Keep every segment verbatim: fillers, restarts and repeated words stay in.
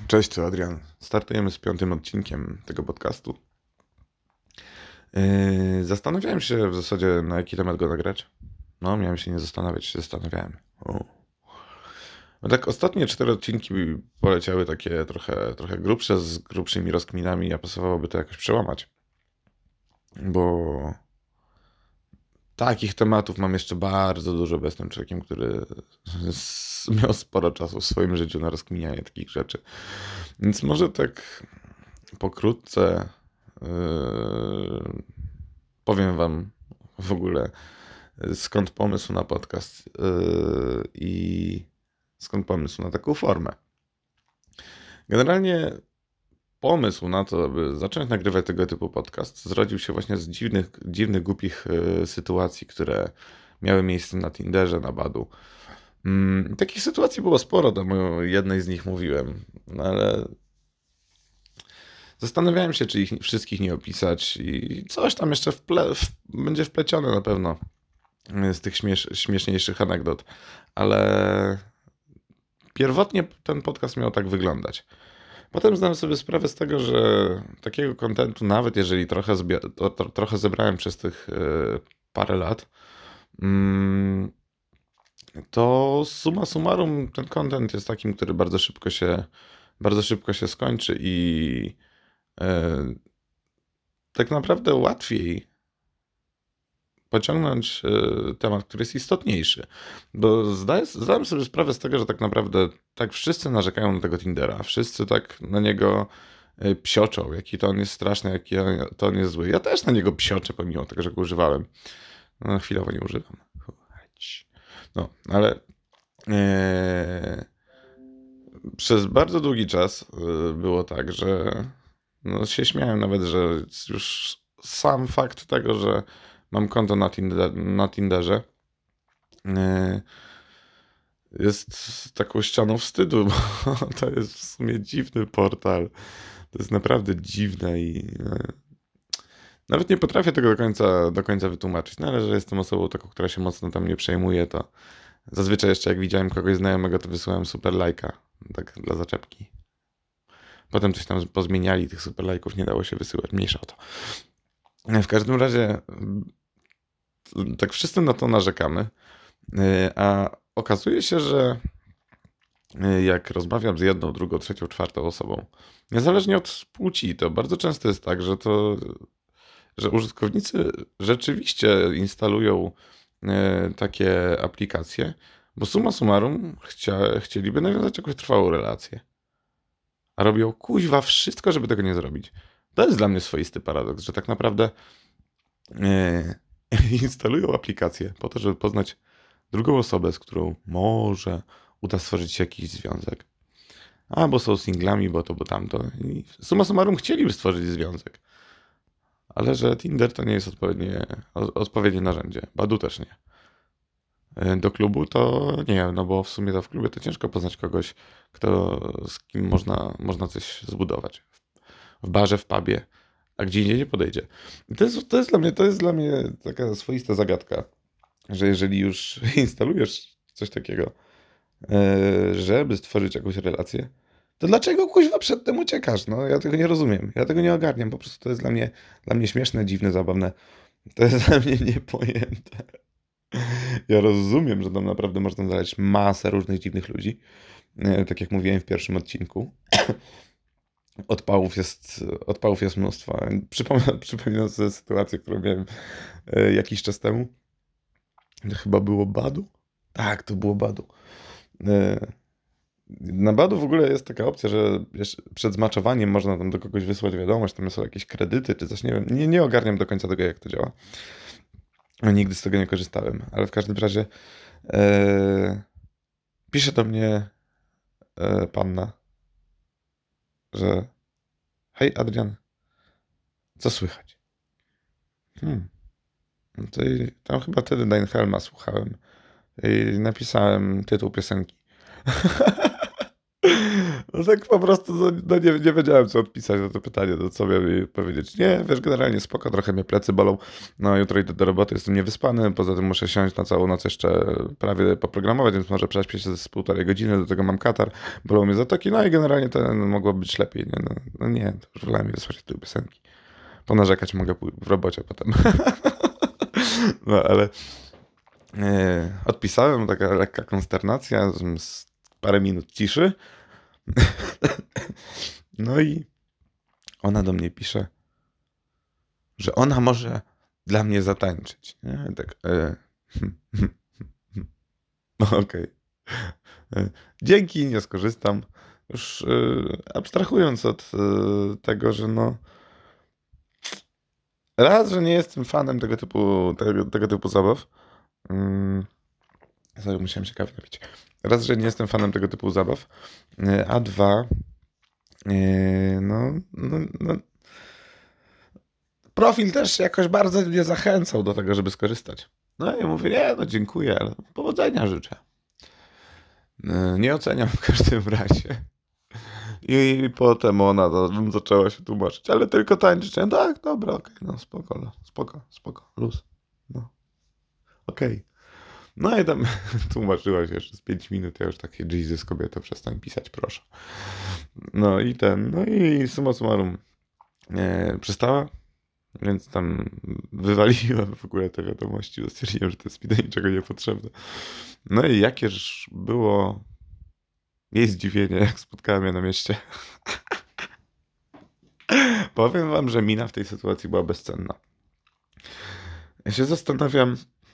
Cześć, to Adrian. Startujemy z piątym odcinkiem tego podcastu. Yy, zastanawiałem się w zasadzie, na jaki temat go nagrać. No, miałem się nie zastanawiać, się zastanawiałem. O. No tak, ostatnie cztery odcinki poleciały takie trochę, trochę grubsze, z grubszymi rozkminami, a pasowałoby to jakoś przełamać. Bo takich tematów mam jeszcze bardzo dużo, bo jestem człowiekiem, który s- miał sporo czasu w swoim życiu na rozkminianie takich rzeczy. Więc może tak pokrótce yy, powiem wam w ogóle, skąd pomysł na podcast yy, i skąd pomysł na taką formę. Generalnie pomysł na to, aby zacząć nagrywać tego typu podcast, zrodził się właśnie z dziwnych, dziwnych głupich yy, sytuacji, które miały miejsce na Tinderze, na Badu. Mm, takich sytuacji było sporo, tam o jednej z nich mówiłem, no ale zastanawiałem się, czy ich wszystkich nie opisać i coś tam jeszcze wple, w, będzie wplecione na pewno z tych śmiesz, śmieszniejszych anegdot, ale pierwotnie ten podcast miał tak wyglądać. Potem zdałem sobie sprawę z tego, że takiego kontentu, nawet jeżeli trochę, zbie- to, to, trochę zebrałem przez tych yy, parę lat, mm, to summa summarum ten content jest takim, który bardzo szybko się, bardzo szybko się skończy i yy, tak naprawdę łatwiej pociągnąć y, temat, który jest istotniejszy. Bo zdaję, zdałem sobie sprawę z tego, że tak naprawdę tak wszyscy narzekają na tego Tindera. Wszyscy tak na niego y, psioczą, jaki to on jest straszny, jaki to on jest zły. Ja też na niego psioczę, pomimo tego, że go używałem. No, chwilowo nie używam. No, ale e, przez bardzo długi czas y, było tak, że no, się śmiałem nawet, że już sam fakt tego, że mam konto na, Tinder, na Tinderze, y, jest taką ścianą wstydu, bo to jest w sumie dziwny portal. To jest naprawdę dziwne i y, nawet nie potrafię tego do końca, do końca wytłumaczyć. No ale że jestem osobą taką, która się mocno tam nie przejmuje, to zazwyczaj jeszcze jak widziałem kogoś znajomego, to wysyłałem super lajka, tak dla zaczepki. Potem coś tam pozmieniali, tych super lajków nie dało się wysyłać, mniejsza o to. W każdym razie tak wszyscy na to narzekamy, a okazuje się, że jak rozmawiam z jedną, drugą, trzecią, czwartą osobą, niezależnie od płci, to bardzo często jest tak, że to, że użytkownicy rzeczywiście instalują e, takie aplikacje, bo summa summarum chcia, chcieliby nawiązać jakąś trwałą relację. A robią kuźwa wszystko, żeby tego nie zrobić. To jest dla mnie swoisty paradoks, że tak naprawdę e, instalują aplikację po to, żeby poznać drugą osobę, z którą może uda stworzyć się jakiś związek. Albo są singlami, bo to, bo tamto. I summa summarum chcieliby stworzyć związek. Ale że Tinder to nie jest odpowiednie, o- odpowiednie narzędzie. Badu też nie. E, Do klubu to nie, no bo w sumie to w klubie to ciężko poznać kogoś, kto, z kim można, można coś zbudować. W barze, w pubie, a gdzie indziej nie podejdzie. I to jest, to jest dla mnie, to jest dla mnie taka swoista zagadka, że jeżeli już instalujesz coś takiego, e, żeby stworzyć jakąś relację, to dlaczego kuźwa przedtem uciekasz? No, ja tego nie rozumiem. Ja tego nie ogarniam. Po prostu to jest dla mnie, dla mnie śmieszne, dziwne, zabawne. To jest dla mnie niepojęte. Ja rozumiem, że tam naprawdę można znaleźć masę różnych dziwnych ludzi. E, Tak jak mówiłem w pierwszym odcinku. Odpałów jest, odpałów jest mnóstwo. Przypomnę, przypominam sobie sytuację, którą miałem e, jakiś czas temu. To chyba było Badu? Tak, to było Badu. E, Na Badu w ogóle jest taka opcja, że wiesz, przed zmaczowaniem można tam do kogoś wysłać wiadomość, tam są jakieś kredyty czy coś, nie wiem. Nie, nie ogarniam do końca tego, jak to działa. Nigdy z tego nie korzystałem, ale w każdym razie e, pisze do mnie e, panna, że hej Adrian, co słychać? Hmm. No to i tam chyba wtedy Helma słuchałem i napisałem tytuł piosenki. No tak po prostu no, no nie, nie wiedziałem, co odpisać na to pytanie, no co miałem jej powiedzieć. Nie, wiesz, generalnie spoko, trochę mnie plecy bolą. No jutro idę do roboty, jestem niewyspany, poza tym muszę siąść na całą noc jeszcze prawie poprogramować, więc może prześpię się z półtorej godziny, do tego mam katar, bolą mnie zatoki, no i generalnie to no, mogło być lepiej. Nie? No, no nie, to już wolałem wysłać tej piosenki. Ponarzekać mogę w robocie potem. No ale e, odpisałem, taka lekka konsternacja, z parę minut ciszy. No i ona do mnie pisze, że ona może dla mnie zatańczyć. Nie? Tak, e, okej. Okay. E, dzięki, nie skorzystam. Już e, abstrahując od e, tego, że no raz, że nie jestem fanem tego typu, tego, tego typu zabaw. Mm, sorry, musiałem się kawy napić. Raz, że nie jestem fanem tego typu zabaw, e, a dwa, e, no, no, no profil też jakoś bardzo mnie zachęcał do tego, żeby skorzystać. No i ja mówię, nie, no dziękuję, ale powodzenia życzę. Nie oceniam w każdym razie. I potem ona to, zaczęła się tłumaczyć, ale tylko tańczyć. Ja, tak, dobra, okej, okay, no spoko, no, spoko, spoko, luz. No, okej. Okay. No i tam tłumaczyła się jeszcze z pięć minut, ja już takie, Jesus kobieto, przestań pisać, proszę. No i ten, no i summa summarum e, przestała. Więc tam wywaliłem w ogóle te wiadomości, bo stwierdziłem, że to jest mi do niczego niepotrzebne. No i jakież było jej zdziwienie, jak spotkałem je na mieście. Powiem wam, że mina w tej sytuacji była bezcenna. Ja się zastanawiam,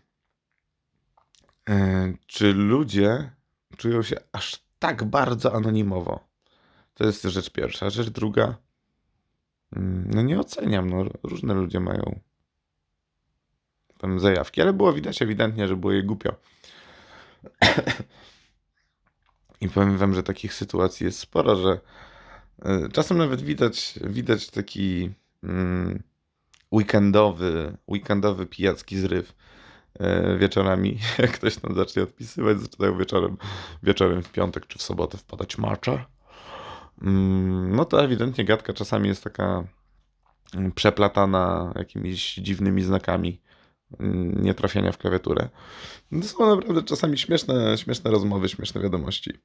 czy ludzie czują się aż tak bardzo anonimowo. To jest rzecz pierwsza. Rzecz druga, no nie oceniam, no różne ludzie mają tam zajawki, ale było widać ewidentnie, że było jej głupio. I powiem wam, że takich sytuacji jest sporo, że czasem nawet widać, widać taki mm, weekendowy, weekendowy pijacki zryw e, wieczorami. Jak ktoś tam zacznie odpisywać, zaczynają wieczorem, wieczorem w piątek czy w sobotę wpadać marcza. Mm, no to ewidentnie gadka czasami jest taka przeplatana jakimiś dziwnymi znakami nietrafiania w klawiaturę. To są naprawdę czasami śmieszne, śmieszne rozmowy, śmieszne wiadomości.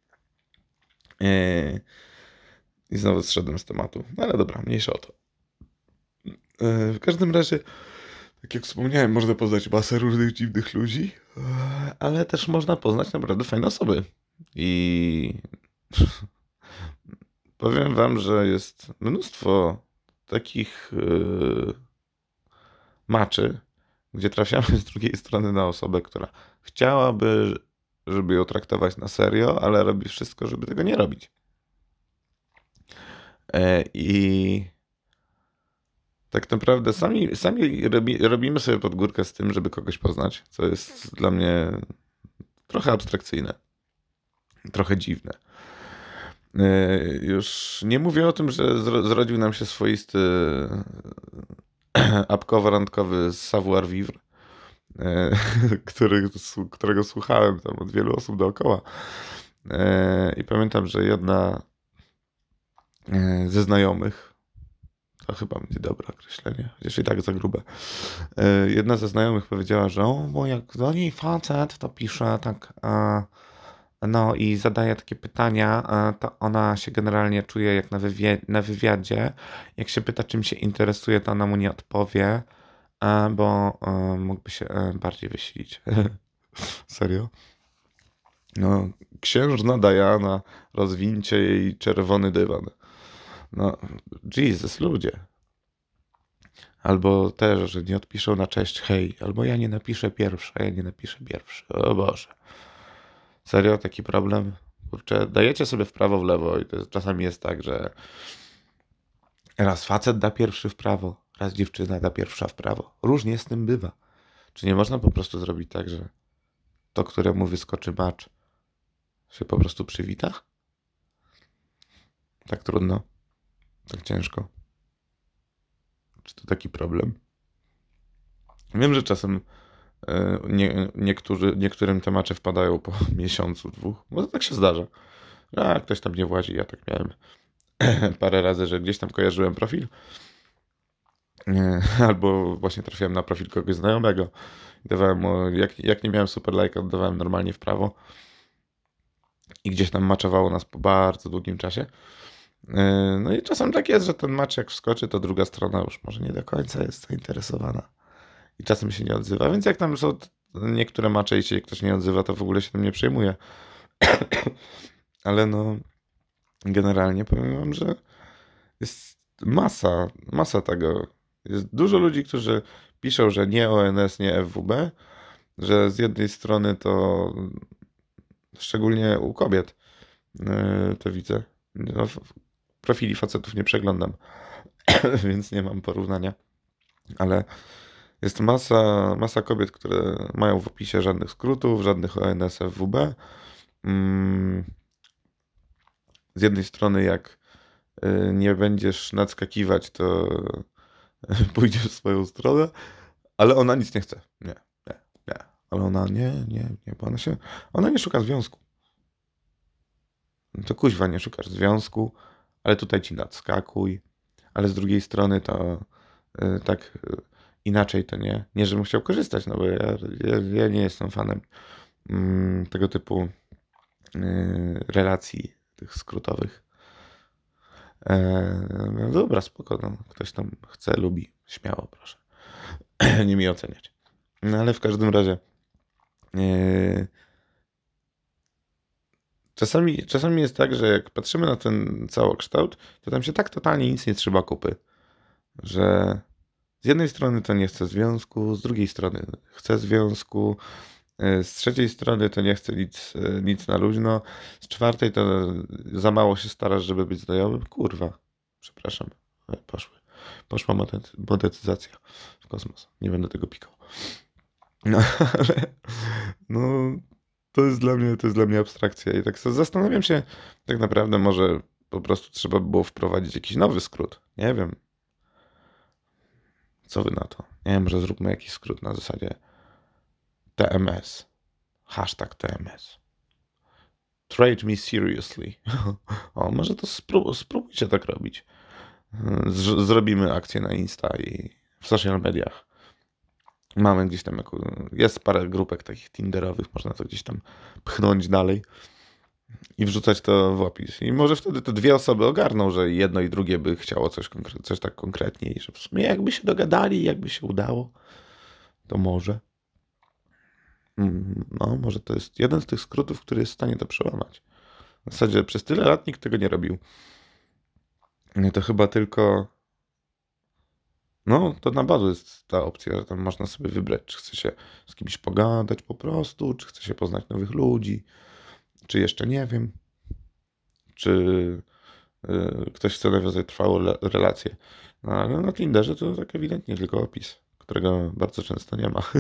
I znowu zszedłem z tematu. No ale dobra, mniejsza o to. W każdym razie, tak jak wspomniałem, można poznać masę różnych dziwnych ludzi, ale też można poznać naprawdę fajne osoby. I powiem wam, że jest mnóstwo takich yy, maczy, gdzie trafiamy z drugiej strony na osobę, która chciałaby, żeby ją traktować na serio, ale robi wszystko, żeby tego nie robić. I tak naprawdę sami, sami robi, robimy sobie podgórkę z tym, żeby kogoś poznać, co jest dla mnie trochę abstrakcyjne, trochę dziwne. Już nie mówię o tym, że zrodził nam się swoisty apkowo-randkowy savoir-vivre, który, którego słuchałem tam od wielu osób dookoła. I pamiętam, że jedna ze znajomych, to chyba będzie dobre określenie, chociaż i tak za grube. Jedna ze znajomych powiedziała, że o, bo jak do niej facet, to pisze tak, no i zadaje takie pytania, to ona się generalnie czuje jak na, wywi- na wywiadzie. Jak się pyta, czym się interesuje, to ona mu nie odpowie, bo mógłby się bardziej wysilić. Serio? No, księżna Diana, rozwincie jej czerwony dywan. No, Jesus, ludzie. Albo też, że nie odpiszą na cześć, hej, albo ja nie napiszę pierwszy, a ja nie napiszę pierwszy. O Boże. Serio, taki problem? Kurczę, dajecie sobie w prawo, w lewo i to jest, czasami jest tak, że raz facet da pierwszy w prawo, raz dziewczyna da pierwsza w prawo. Różnie z tym bywa. Czy nie można po prostu zrobić tak, że to, któremu wyskoczy macz, się po prostu przywita? Tak trudno. Tak ciężko. Czy to taki problem? Wiem, że czasem nie, niektórzy, niektórym temacie wpadają po miesiącu, dwóch. Bo to tak się zdarza. A ktoś tam nie włazi, ja tak miałem parę razy, że gdzieś tam kojarzyłem profil, nie, albo właśnie trafiłem na profil kogoś znajomego, dawałem mu, jak, jak nie miałem super lajka, dawałem normalnie w prawo i gdzieś tam maczowało nas po bardzo długim czasie. Yy, No i czasem tak jest, że ten match jak wskoczy, to druga strona już może nie do końca jest zainteresowana i czasem się nie odzywa, więc jak tam są t- niektóre mecze i się ktoś nie odzywa, to w ogóle się tym nie przejmuje. Ale no, generalnie powiem wam, że jest masa, masa tego. Jest dużo ludzi, którzy piszą, że nie O N S, nie F W B, że z jednej strony to szczególnie u kobiet yy, to widzę. No, f- profili facetów nie przeglądam, więc nie mam porównania, ale jest masa, masa kobiet, które mają w opisie żadnych skrótów, żadnych O N S, F W B. Mm, z jednej strony, jak y, nie będziesz nadskakiwać, to pójdziesz w swoją stronę, ale ona nic nie chce. Nie, nie, nie. Ale ona nie, nie, nie, bo ona się, ona nie szuka związku. No to kuźwa, nie szukasz związku, ale tutaj ci nadskakuj, ale z drugiej strony to y, tak y, inaczej to nie. Nie, żebym chciał korzystać, no bo ja, ja, ja nie jestem fanem mm, tego typu y, relacji tych skrótowych. E, no dobra, spoko, no, ktoś tam chce, lubi, śmiało, proszę. Nie mi oceniać. No ale w każdym razie e, czasami, czasami jest tak, że jak patrzymy na ten całokształt, to tam się tak totalnie nic nie trzyma kupy, że z jednej strony to nie chce związku, z drugiej strony chce związku, e, z trzeciej strony to nie chce nic, e, nic na luźno, z czwartej to za mało się starasz, żeby być znajomym. Kurwa, przepraszam, e, poszły. Poszła monet- monetyzacja w kosmos. Nie będę tego pikał. No, ale no, to jest dla mnie, to jest dla mnie abstrakcja i tak sobie zastanawiam się, tak naprawdę może po prostu trzeba by było wprowadzić jakiś nowy skrót. Nie wiem, co wy na to? Nie wiem, może zróbmy jakiś skrót na zasadzie T M S. Hashtag T M S. Trade me seriously. O, może to spró- spróbujcie tak robić. Z- zrobimy akcję na Insta i w social mediach. Mamy gdzieś tam, jako, jest parę grupek takich tinderowych, można to gdzieś tam pchnąć dalej i wrzucać to w opis. I może wtedy te dwie osoby ogarną, że jedno i drugie by chciało coś, konkre- coś tak konkretnie i że w sumie jakby się dogadali, jakby się udało, to może. Mm, No, może to jest jeden z tych skrótów, który jest w stanie to przełamać. W zasadzie przez tyle lat nikt tego nie robił. Nie, to chyba tylko. No, to na bazu jest ta opcja, że tam można sobie wybrać, czy chce się z kimś pogadać po prostu, czy chce się poznać nowych ludzi, czy jeszcze nie wiem, czy y, ktoś chce nawiązać trwałą le- relację. No, ale na Tinderze to tak ewidentnie tylko opis, którego bardzo często nie ma.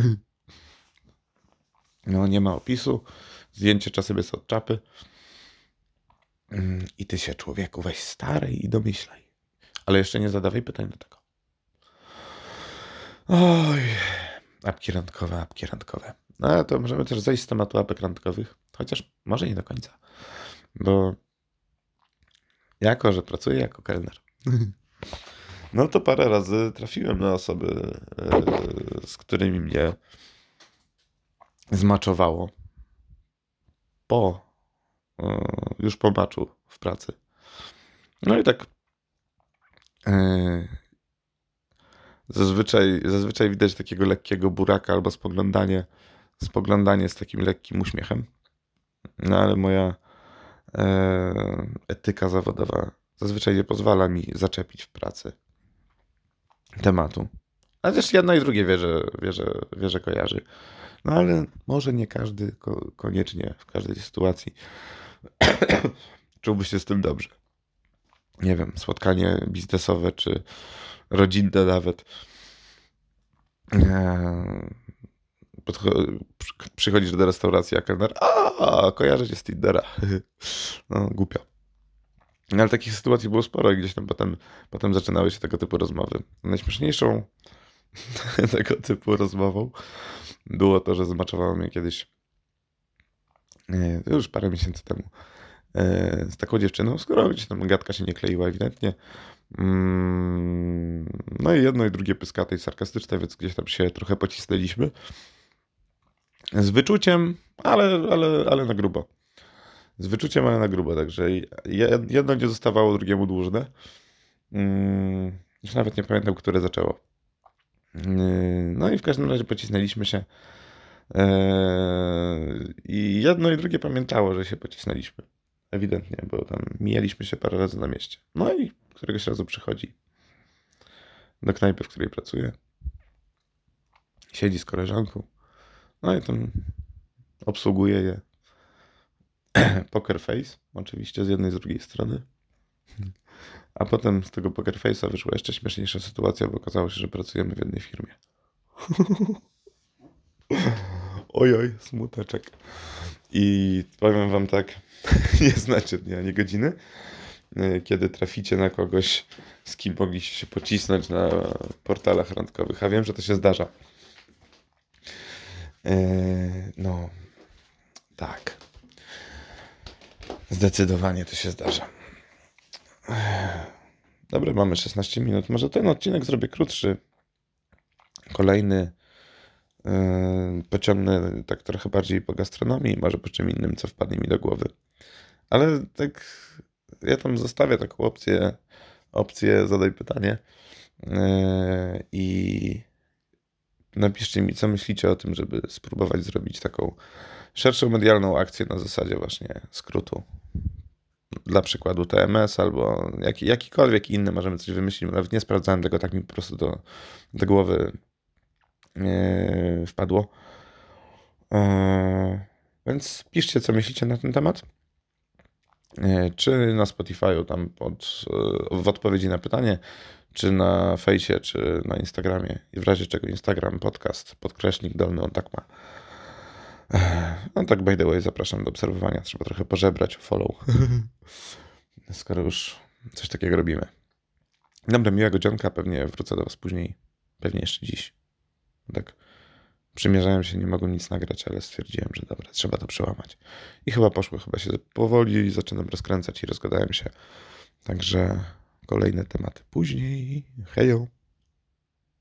No, nie ma opisu, zdjęcie czasem jest od czapy. Mm, I ty się, człowieku, weź starej i domyślaj. Ale jeszcze nie zadawaj pytań do tego. Oj, apki randkowe, apki randkowe. No, ale to możemy też zejść z tematu apek randkowych, chociaż może nie do końca, bo jako, że pracuję jako kelner, no to parę razy trafiłem na osoby, e, z którymi mnie zmaczowało po, e, już po maczu w pracy. No i tak e, zazwyczaj, zazwyczaj widać takiego lekkiego buraka albo spoglądanie, spoglądanie z takim lekkim uśmiechem. No ale moja e, etyka zawodowa zazwyczaj nie pozwala mi zaczepić w pracy tematu. Ale też jedno i drugie wie, że, wie, że, wie, że kojarzy. No ale może nie każdy ko- koniecznie w każdej sytuacji czułby się z tym dobrze. Nie wiem, spotkanie biznesowe czy rodzinne nawet. E, podcho- przy- przychodzisz do restauracji, a kelner, a kojarzy cię z Tindera. No, głupio. No, ale takich sytuacji było sporo i gdzieś tam potem, potem zaczynały się tego typu rozmowy. Najśmieszniejszą tego typu rozmową było to, że zmaczowało mnie kiedyś, e, już parę miesięcy temu, e, z taką dziewczyną, skoro gdzieś tam gadka się nie kleiła ewidentnie. Mm, No i jedno i drugie pyskate i sarkastyczne, więc gdzieś tam się trochę pocisnęliśmy. Z wyczuciem, ale, ale, ale na grubo. Z wyczuciem, ale na grubo, także je- jedno nie zostawało drugiemu dłużne. Mm, Już nawet nie pamiętam, które zaczęło. Yy, No i w każdym razie pocisnęliśmy się. Eee, I jedno i drugie pamiętało, że się pocisnęliśmy. Ewidentnie, bo tam mijaliśmy się parę razy na mieście. No i któregoś razu przychodzi do knajpy, w której pracuje. Siedzi z koleżanką. No i tam obsługuje je. Poker face, oczywiście z jednej i z drugiej strony. A potem z tego poker face'a wyszła jeszcze śmieszniejsza sytuacja, bo okazało się, że pracujemy w jednej firmie. Ojoj, smuteczek. I powiem wam tak, nie znacie dnia, nie godziny, kiedy traficie na kogoś, z kim mogliście się pocisnąć na portalach randkowych. A wiem, że to się zdarza. Eee, no, tak. Zdecydowanie to się zdarza. Dobra, mamy szesnaście minut. Może ten odcinek zrobię krótszy. Kolejny yy, pociągnę tak trochę bardziej po gastronomii, może po czym innym, co wpadnie mi do głowy. Ale tak ja tam zostawię taką opcję, opcję zadaj pytanie yy, i napiszcie mi, co myślicie o tym, żeby spróbować zrobić taką szerszą medialną akcję na zasadzie właśnie skrótu. Dla przykładu T M S albo jaki, jakikolwiek inny możemy coś wymyślić. Nawet nie sprawdzałem tego, tak mi po prostu do, do głowy yy, wpadło. Yy, więc piszcie, co myślicie na ten temat. Yy, czy na Spotify'u tam pod, yy, w odpowiedzi na pytanie, czy na fejsie, czy na Instagramie. I w razie czego Instagram, podcast, podkreśnik dolny, on tak ma. Yy, no tak, by the way, zapraszam do obserwowania. Trzeba trochę pożebrać, follow. Skoro już coś takiego robimy. Dobra, miłego dzionka, pewnie wrócę do was później, pewnie jeszcze dziś. Tak przymierzałem się, nie mogłem nic nagrać, ale stwierdziłem, że dobra, trzeba to przełamać. I chyba poszło, chyba się powoli zaczynam rozkręcać i rozgadałem się. Także kolejne tematy później. Hejo!